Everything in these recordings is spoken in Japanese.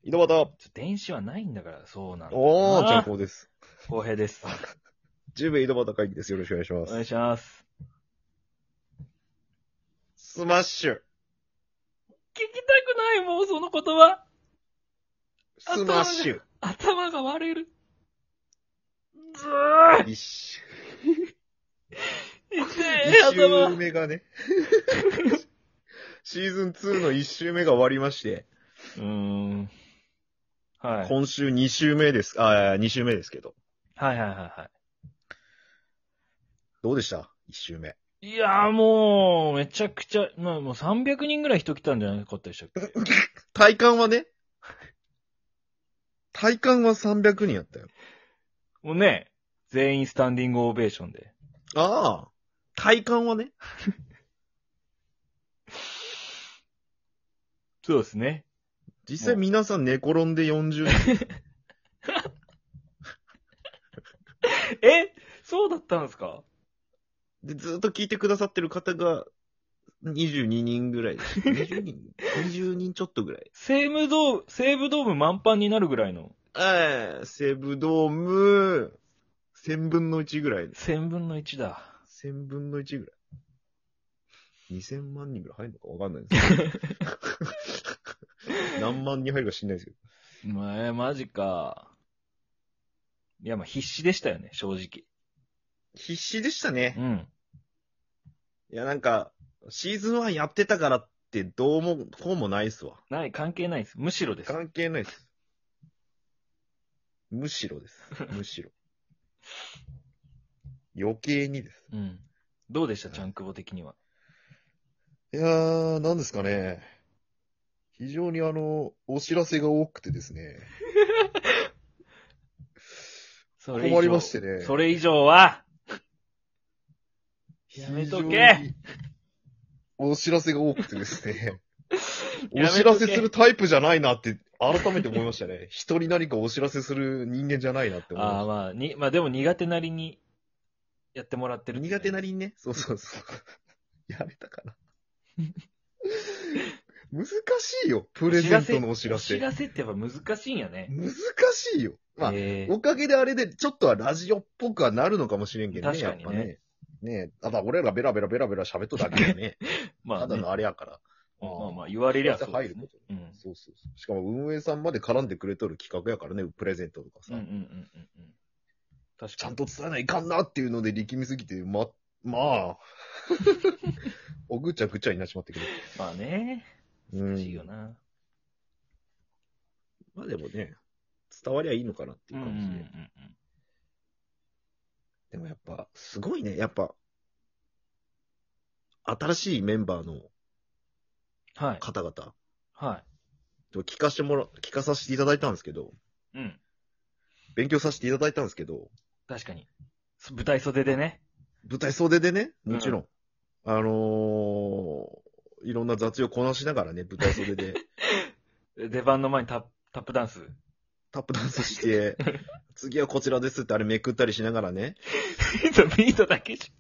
井戸端。 電子はないんだから、そうなんだ。 おー、ちゃんこです。 公平です。 10名井戸端会議です。よろしくお願いします。 お願いします。 スマッシュ。 聞きたくない、もうその言葉。 スマッシュ。 頭が割れる。 一周頭。 目がね。シーズン2の1周目が終わりまして。 はい。 今週2週目です。2週目ですけど。 はいはいはいはどうでした ?1 週目。 い。いやーもう、めちゃくちゃ、まあもう300人ぐらい人来たんじゃなかったでしたっけ？ 体感はね。体感は300人やったよ。 もうね、全員スタンディングオベーションで。 ああ。体感はね。 そうですね。 実際皆さん寝転んで40人。 えそうだったんですか？ で、ずっと聞いてくださってる方が22人ぐらいです。20人 ?20 人ちょっとぐらい。 西武ドーム満帆になるぐらいの。 西武ドーム、1000分の1ぐらい。 1000分の1だ。 1000分の1ぐらい。2000万人ぐらい入るのかわかんないですけど。何万人入るか知んないですけど。 マジか。いや、まあ必死でしたよね、正直。 必死でしたね。 うん。 いや、なんか、シーズン1やってたからってどうもこうもないっすわ。 関係ないです。むしろです。 関係ないです。むしろです。むしろ。余計にです。 うん。どうでした、ちゃんくぼ的には。 いやー、なんですかね。非常にお知らせが多くてですね。困りましてね。 それ以上は、やめとけ。 お知らせが多くてですね。おやめとけ知らせするタイプじゃないなって改めて思いましたね。人に何かお知らせする人間じゃないなって思いました。 まあでも苦手なりにやってもらってる、 苦手なりにね。そうそうそう。やれたかな。難しいよ。プレゼントのお知らせ。 お知らせってやっぱ難しいんやね。 難しいよ。まあ、 ーおかげであれでちょっとはラジオっぽくはなるのかもしれんけどね。 確かにねやっぱね。ねただ俺らベラベラ喋っとだけでね。 まあねただのあれやから。 まあ言われりゃそうですね。 入ること。そうそうそう。しかも運営さんまで絡んでくれとる企画やからね、プレゼントとかさ。 確かに。 ちゃんと伝えないかんなっていうので力みすぎて、まあ、おぐちゃぐちゃになっちまってくる。 まあね。難しいよな。 まあでもね、伝わりゃいいのかなっていう感じで。でもやっぱ、すごいね。やっぱ、新しいメンバーのはい。 方々、 は聞かさせていただいたんですけど、 い。うん。 勉強させていただいたんですけど、 確かに。舞台袖でね。 舞台袖でね、もちろん、いろんな雑用こなしながらね、舞台袖で出番の前にタップダンス。 タップダンスして、次はこちらですってあれめくったりしながらね。 ビートだけし。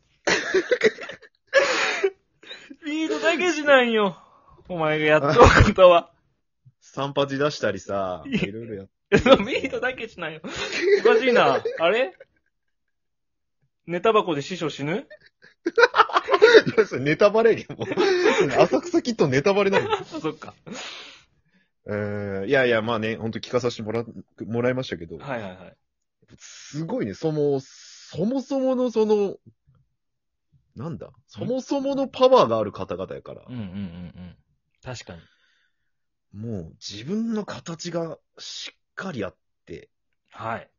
ビートだけしないよ。お前がやっとうことは。 三八出したりさ、いろいろやっビートだけしないよ。おかしいな。あれネタ箱で師匠死ぬ？ いや、それネタバレやんもう浅草キッドネタバレなの。 そっか。 いやいや、まあね、ほんと聞かさせてもらいましたけど、 はいはいはい。 すごいね、そもそものなんだ、そもそものパワーがある方々やから、 確かに。 もう自分の形がしっかりあって、 はい。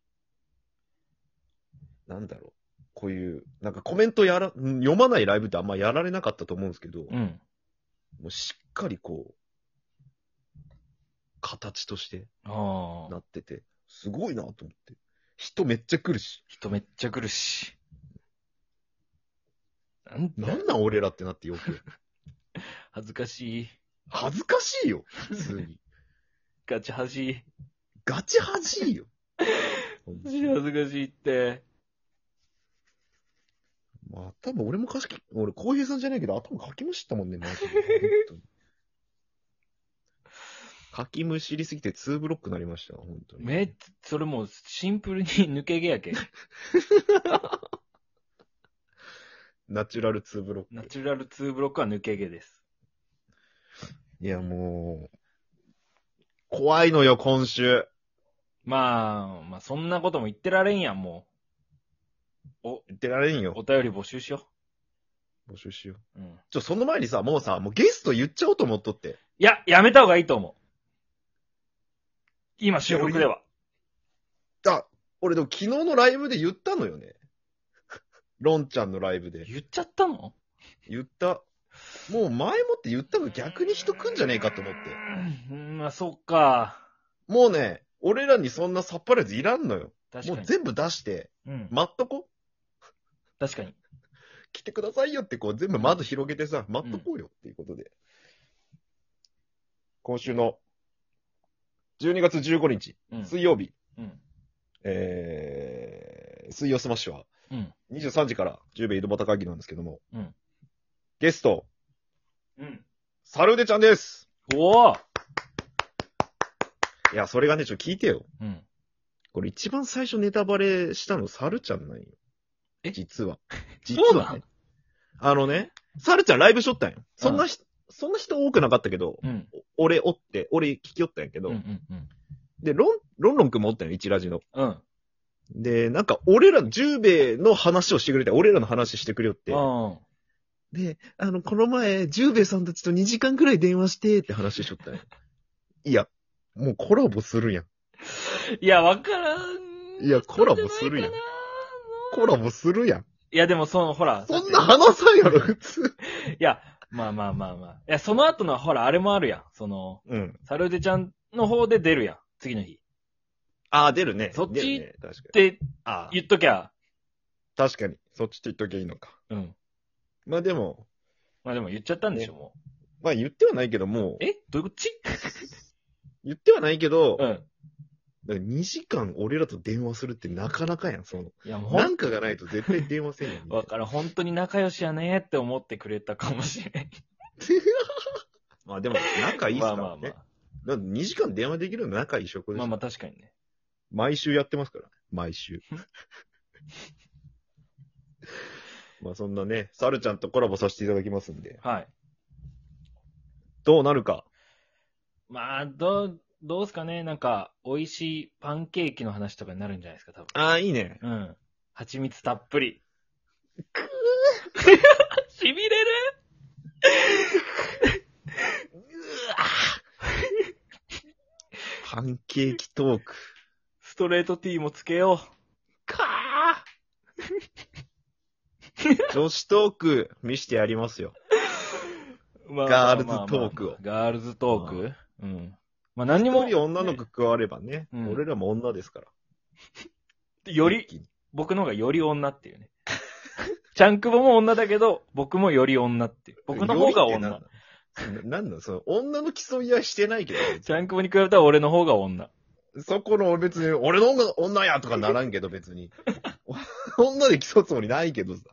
なんだろう、こういう、なんかコメント読まないライブってあんまやられなかったと思うんですけど、もうしっかりこう、形としてなってて、すごいなと思って。人めっちゃ来るし。 人めっちゃ来るし。 なんなん俺らってなって余計。 恥ずかしい。 恥ずかしいよ、普通に。 ガチ恥。 ガチ恥しいよ。 恥ずかしいって。 まあ、多分俺も俺、浩平さんじゃないけど頭かきましたもんね、マジで。本当にかきむしりすぎて2ブロックになりました、本当に。 それもうシンプルに抜け毛やけ。 ナチュラル2ブロック。 ナチュラル2ブロックは抜け毛です。 いや、もう、怖いのよ、今週。 まあ、そんなことも言ってられんやん、も言ってられんう。 よ。 お便り募集しよ募集しよう。 う。うん。 その前にさ、もうゲスト言っちゃおうと思っとって。 いや、やめた方がいいと思う。今収録では。 俺でも昨日のライブで言ったのよね。ロンちゃんのライブで。 言っちゃったの？ 言った。もう前もって言ったの逆に人来んじゃねえかと思って。 まあ、そっか。 もうね、俺らにそんなサプライズいらんのよ。 確かに。 もう全部出して、 うん。 待っとこ。 確かに。 来てくださいよってこう全部窓広げてさ、待っとこうよっていうことで。今週の12月15日、 うん。 水曜日、 うん。 水曜スマッシュはうん。 23時から10米井戸端会議なんですけども、 うん。 ゲスト、 うん。 サルーデちゃんです。 おー。 いや、それがね、ちょっと聞いてよ。 うん。 これ一番最初ネタバレしたのサルちゃんなんよ。 え実は。 そうなんね。サルちゃんライブしとったんよ。そんな人多くなかったけど、 うん。 俺聞きよったんやけど、 うん。うん。 で、ロンくんもおったんよ、一ラジの。 うん。 で、なんか、俺ら、10兵衛の話をしてくれて、俺らの話してくれよって。 うん。 で、この前、10兵衛さんたちと2時間くらい電話してって話しとったんよ。いや、もうコラボするやん。 いや、わからん。 いやコラボするやん。コラボするやん。 いや、でもほら。 そんな話さんやろ、普通。 いや、まあ。いや、その後の、ほら、あれもあるやん。 うん。 サルーデちゃんの方で出るやん。次の日。 ああ、出るね。 そっち出るね、確かに。 ってああ、 言っときゃ。 確かに。そっちって言っときゃいいのか。 うん。 まあでも、 まあでも言っちゃったんでしょ、もまあ言ってはないけどもう。どういうこっち？ 言ってはないけど、 うん。 だから2時間俺らと電話するってなかなかやん、 いや、もうなんかがないと絶対電話せんやん。 わからん。本当に仲良しやねって思ってくれたかもしれん。 まあでも、仲いいっすからね。 まあまあまあ。 だって2時間電話できるの仲いい証拠です。 まあまあ確かにね。 毎週やってますからね。毎週。まあそんなね、サルちゃんとコラボさせていただきますんで。 はい。 どうなるか。 まあ、どうすかね。なんか、美味しいパンケーキの話とかになるんじゃないですか、多分。 ああ、いいね。 うん。蜂蜜たっぷり。しびれるパンケーキトーク。 ストレートティーもつけよかー女子トーク見してやりますよ。 う。まあガールズトークをガールズトークうん。まあ何にも。 一人女の子加わればね、 うん俺らも女ですから。 より、僕の方がより女っていうね。ちゃんくぼも女だけど、僕もより女っていう。僕の方が女。 なんだ、その、女の競い合いしてないけど。 ちゃんくぼに比べたら俺の方が女。 そこの別に、俺の方が女やとかならんけど別に。女で競うつもりないけどさ。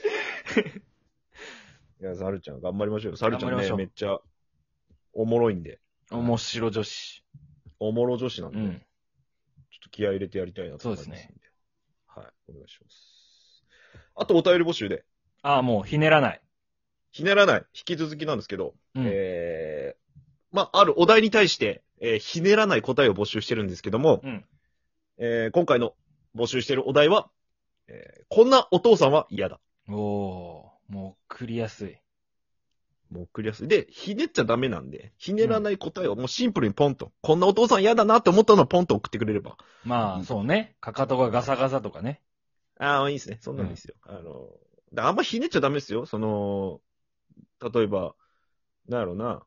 いや、サルちゃん頑張りましょうよ。サルちゃんね、 頑張りましょうめっちゃ、おもろいんで。 面白女子。 おもろ女子なんで、ちょっうん。 と気合い入れてやりたいなと思いますんで。 そうですね。 はい、お願いします。あとお便り募集で、 ああ、もうひねらない。 ひねらない、引き続きなんですけど、 うん。 まあ、あるお題に対して、ひねらない答えを募集してるんですけども、 うん。 今回の募集してるお題は、こんなお父さんは嫌だ。 おー、もうクリアすい。 もうクリアする。で、ひねっちゃダメなんで、ひねらない答えをもうシンプルにポンと、こんなお父さん嫌だなって思ったのをポンと送ってくれれば。 まあ、そうね。かかとがガサガサとかね。 ああ、いいですね。そんなのいいですよ。あんまひねっちゃダメですよ。例えば、なんやろな、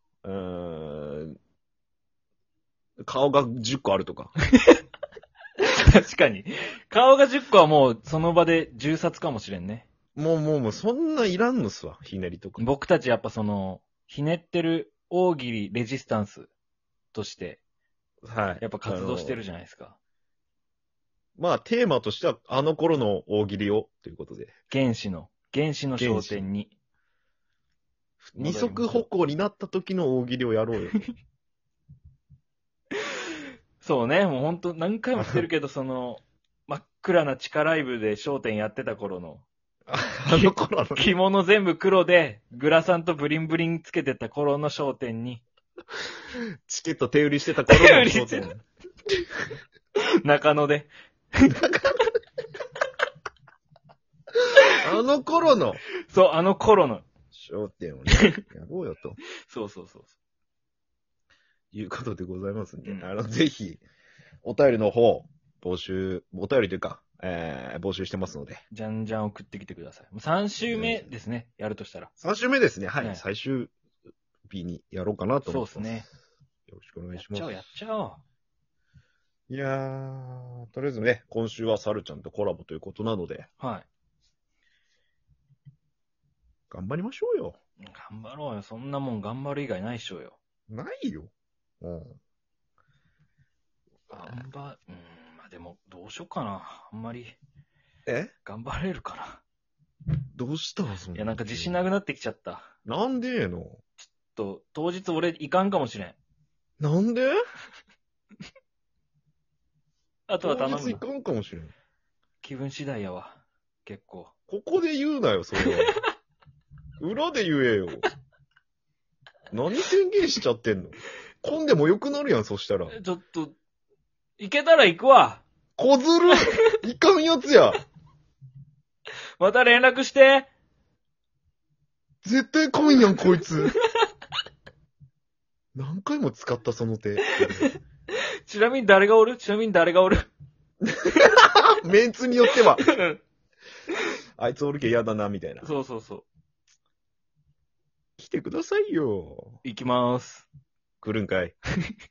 顔が10個あるとか。 確かに。顔が10個はもうその場で10冊かもしれんね。 もう、そんないらんのっすわ。ひねりとか。 僕たちやっぱひねってる大喜利レジスタンスとして、 はい。 やっぱ活動してるじゃないですか。 まあ、テーマとしては、あの頃の大喜利を、ということで。 原子の焦点に。 二足歩行になった時の大喜利をやろうよ。 そうね、もうほんと何回もしてるけど、その、真っ暗な地下ライブで商店やってた頃の、 あの頃の着物全部黒で、グラサンとブリンブリンつけてた頃の商店に、 チケット手売りしてた頃の手売りしてた商店中野で、 あの頃のそう、あの頃の、 商店をね、やろうよとそうそうそう。 いうことでございますんで、 うんぜひ、お便りの方、お便りというか、募集してますので。 じゃんじゃん送ってきてください。もう3週目ですね、やるとしたら。 3週目ですね。はい。 ね最終日にやろうかなと思ってます。 そうですね。 よろしくお願いします。 やっちゃおう。 いやー、とりあえずね、今週はサルちゃんとコラボということなので、 はい。 頑張りましょうよ。 頑張ろうよ。そんなもん頑張る以外ないっしょよ。 ないよ。うん。 まあでも、どうしようかな。あんまり、 え頑張れるかどうしたのそな。いや、なんか自信なくなってきちゃった。 なんでの当日俺いかんかもしれん。 なんであとは頼む。 当日いかんかもしれん。 気分次第やわ。結構。 ここで言うなよ、それは。裏で言えよ。何宣言しちゃってんの混んでもよくなるやん、そしたら。 ちょっと、行けたら行くわ。 小ずるいかんやつや。 また連絡して。 絶対来んやん、こいつ。何回も使った、その手。 ちなみに誰がおるメンツによっては。あいつおるけ嫌だな、みたいな。 そうそうそう。 来てくださいよ。 行きまーす。 来るんかい。